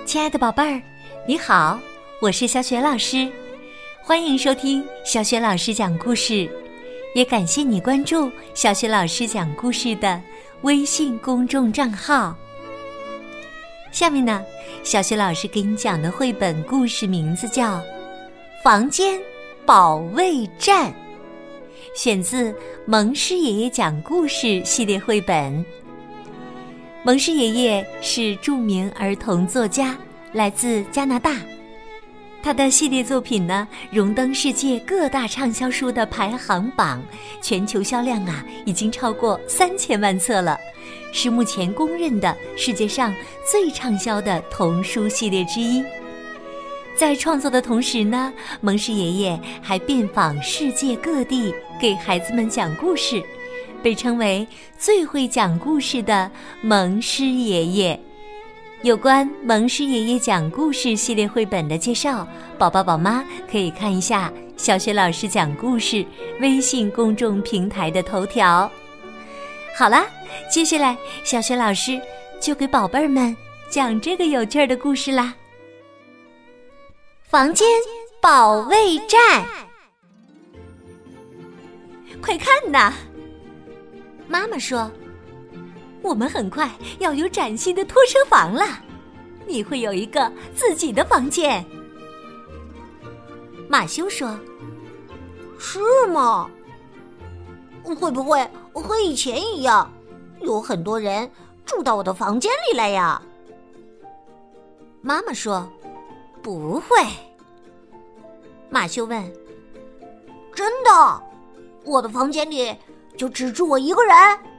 亲爱的宝贝儿，你好，我是小雪老师，欢迎收听小雪老师讲故事，也感谢你关注小雪老师讲故事的微信公众账号。下面呢，小雪老师给你讲的绘本故事名字叫《房间保卫战》，选自蒙师爷爷讲故事系列绘本。蒙师爷爷是著名儿童作家，来自加拿大。他的系列作品呢，荣登世界各大畅销书的排行榜，全球销量已经超过3000万册了，是目前公认的世界上最畅销的童书系列之一。在创作的同时呢，蒙师爷爷还遍访世界各地，给孩子们讲故事，被称为最会讲故事的蒙师爷爷。有关蒙师爷爷讲故事系列绘本的介绍，宝宝宝妈可以看一下小雪老师讲故事微信公众平台的头条。好啦，接下来小雪老师就给宝贝儿们讲这个有趣的故事啦。房间保卫战，快看呐！妈妈说，我们很快要有崭新的拖车房了，你会有一个自己的房间。马修说， 是吗？会不会和以前一样，有很多人住到我的房间里来呀？ 妈妈说，不会。马修问， 真的？我的房间里就只住我一个人？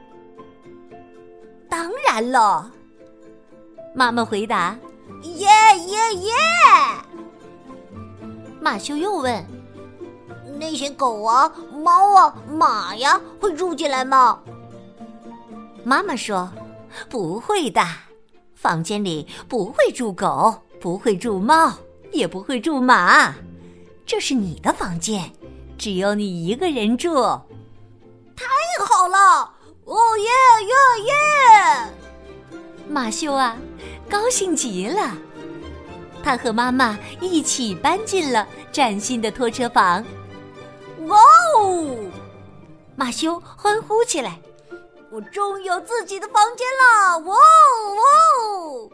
当然了，妈妈回答。 耶耶耶！ 马修又问， 那些狗啊、猫啊、马呀，会住进来吗？ 妈妈说，不会的，房间里不会住狗，不会住猫，也不会住马，这是你的房间，只有你一个人住。 太好了！哦耶耶耶！ 马修高兴极了，他和妈妈一起搬进了崭新的拖车房。 哇哦！ 马修欢呼起来， 我终于有自己的房间了！哇哦哇哦！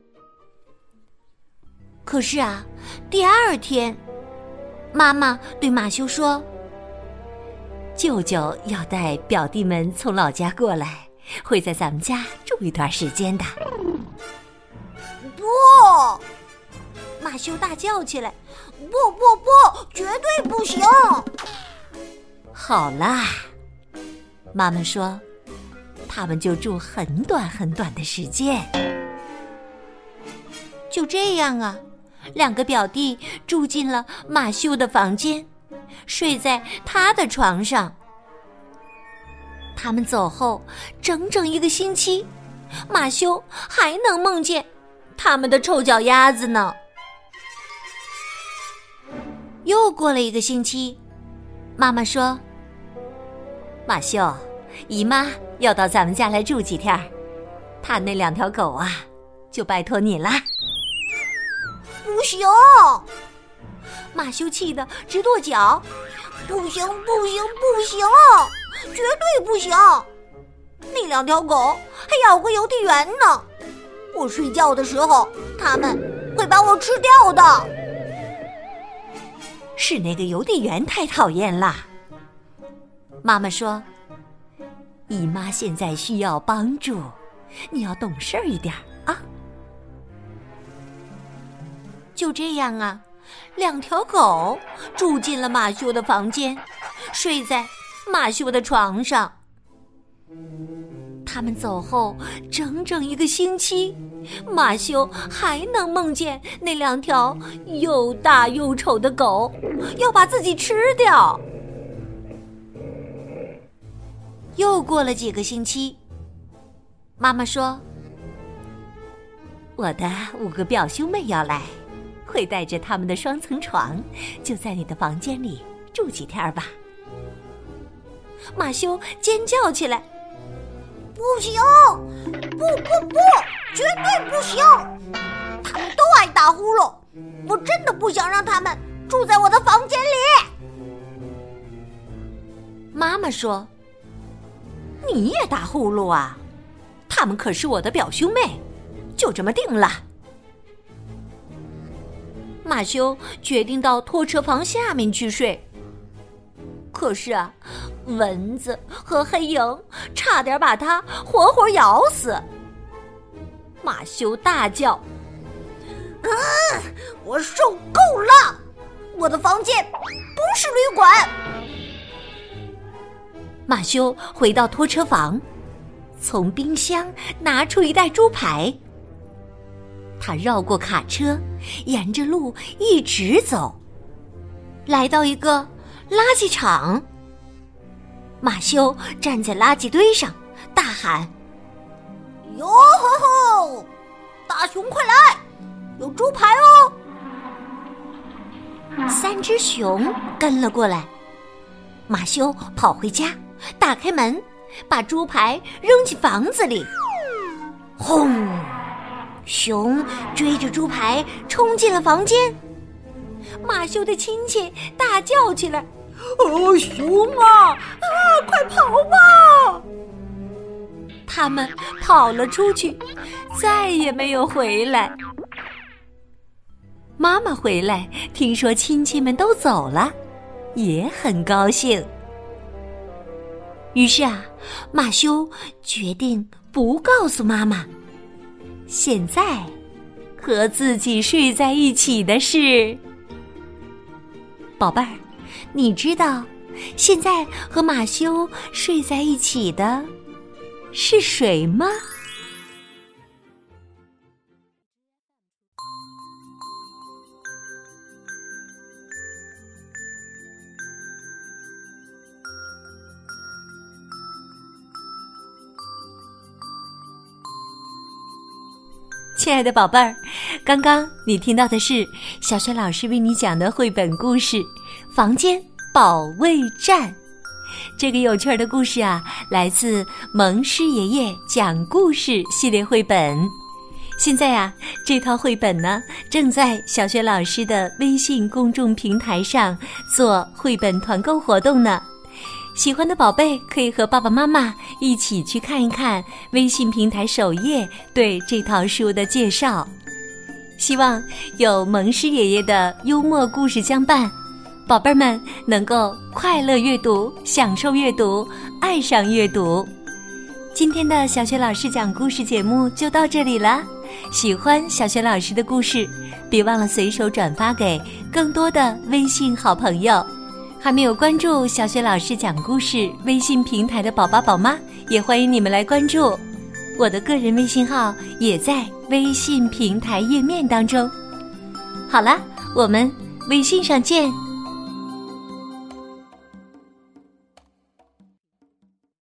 可是第二天，妈妈对马修说，舅舅要带表弟们从老家过来，会在咱们家住一段时间的。 不！ 马修大叫起来， 不不不，绝对不行！ 好啦，妈妈说，他们就住很短很短的时间。就这样两个表弟住进了马修的房间，睡在他的床上。他们走后整整1个星期，马修还能梦见他们的臭脚丫子呢。又过了1个星期，妈妈说，马修，姨妈要到咱们家来住几天，她那2条狗就拜托你啦。 不行！ 马修气得直跺脚， 不行不行不行，绝对不行！那2条狗还咬过邮递员呢，我睡觉的时候它们会把我吃掉的。 是那个邮递员太讨厌了。妈妈说，姨妈现在需要帮助，你要懂事一点啊。就这样2条狗住进了马修的房间，睡在马修的床上。他们走后整整1个星期，马修还能梦见那2条又大又丑的狗要把自己吃掉。又过了几个星期，妈妈说，我的5个表兄妹要来，会带着他们的双层床，就在你的房间里住几天吧。马修尖叫起来， 不行，不不不，绝对不行！他们都我真的不想让他们住在我的房间里。 妈妈说：“你也打呼噜啊？他们可是我的表兄妹，就这么定了。”马修决定到拖车房下面去睡。可是啊，蚊子和黑蝇差点把他活活咬死。马修大叫：“ 我受够了！我的房间不是旅馆！” 马修回到拖车房，从冰箱拿出一袋猪排。他绕过卡车，沿着路一直走，来到一个垃圾场。马修站在垃圾堆上，大喊：“ 哟吼吼！大熊快来，有猪排哦 ！”3只熊跟了过来。马修跑回家，打开门，把猪排扔进房子里。轰！熊追着猪排冲进了房间。马修的亲戚大叫起来：“哦，熊啊！快跑吧！”他们跑了出去，再也没有回来。妈妈回来，听说亲戚们都走了，也很高兴。于是啊，马修决定不告诉妈妈，现在和自己睡在一起的是宝贝儿。你知道现在和马修睡在一起的是谁吗？亲爱的宝贝儿，刚刚你听到的是小雪老师为你讲的绘本故事《房间保卫战》。这个有趣的故事啊，来自蒙师爷爷讲故事系列绘本。现在啊，这套绘本呢，正在小雪老师的微信公众平台上做绘本团购活动呢。喜欢的宝贝可以和爸爸妈妈一起去看一看微信平台首页对这套书的介绍。希望有蒙师爷爷的幽默故事相伴，宝贝们能够快乐阅读，享受阅读，爱上阅读。今天的小雪老师讲故事节目就到这里了。喜欢小雪老师的故事，别忘了随手转发给更多的微信好朋友。还没有关注小雪老师讲故事微信平台的宝宝宝妈，也欢迎你们来关注。我的个人微信号也在微信平台页面当中。好了，我们微信上见。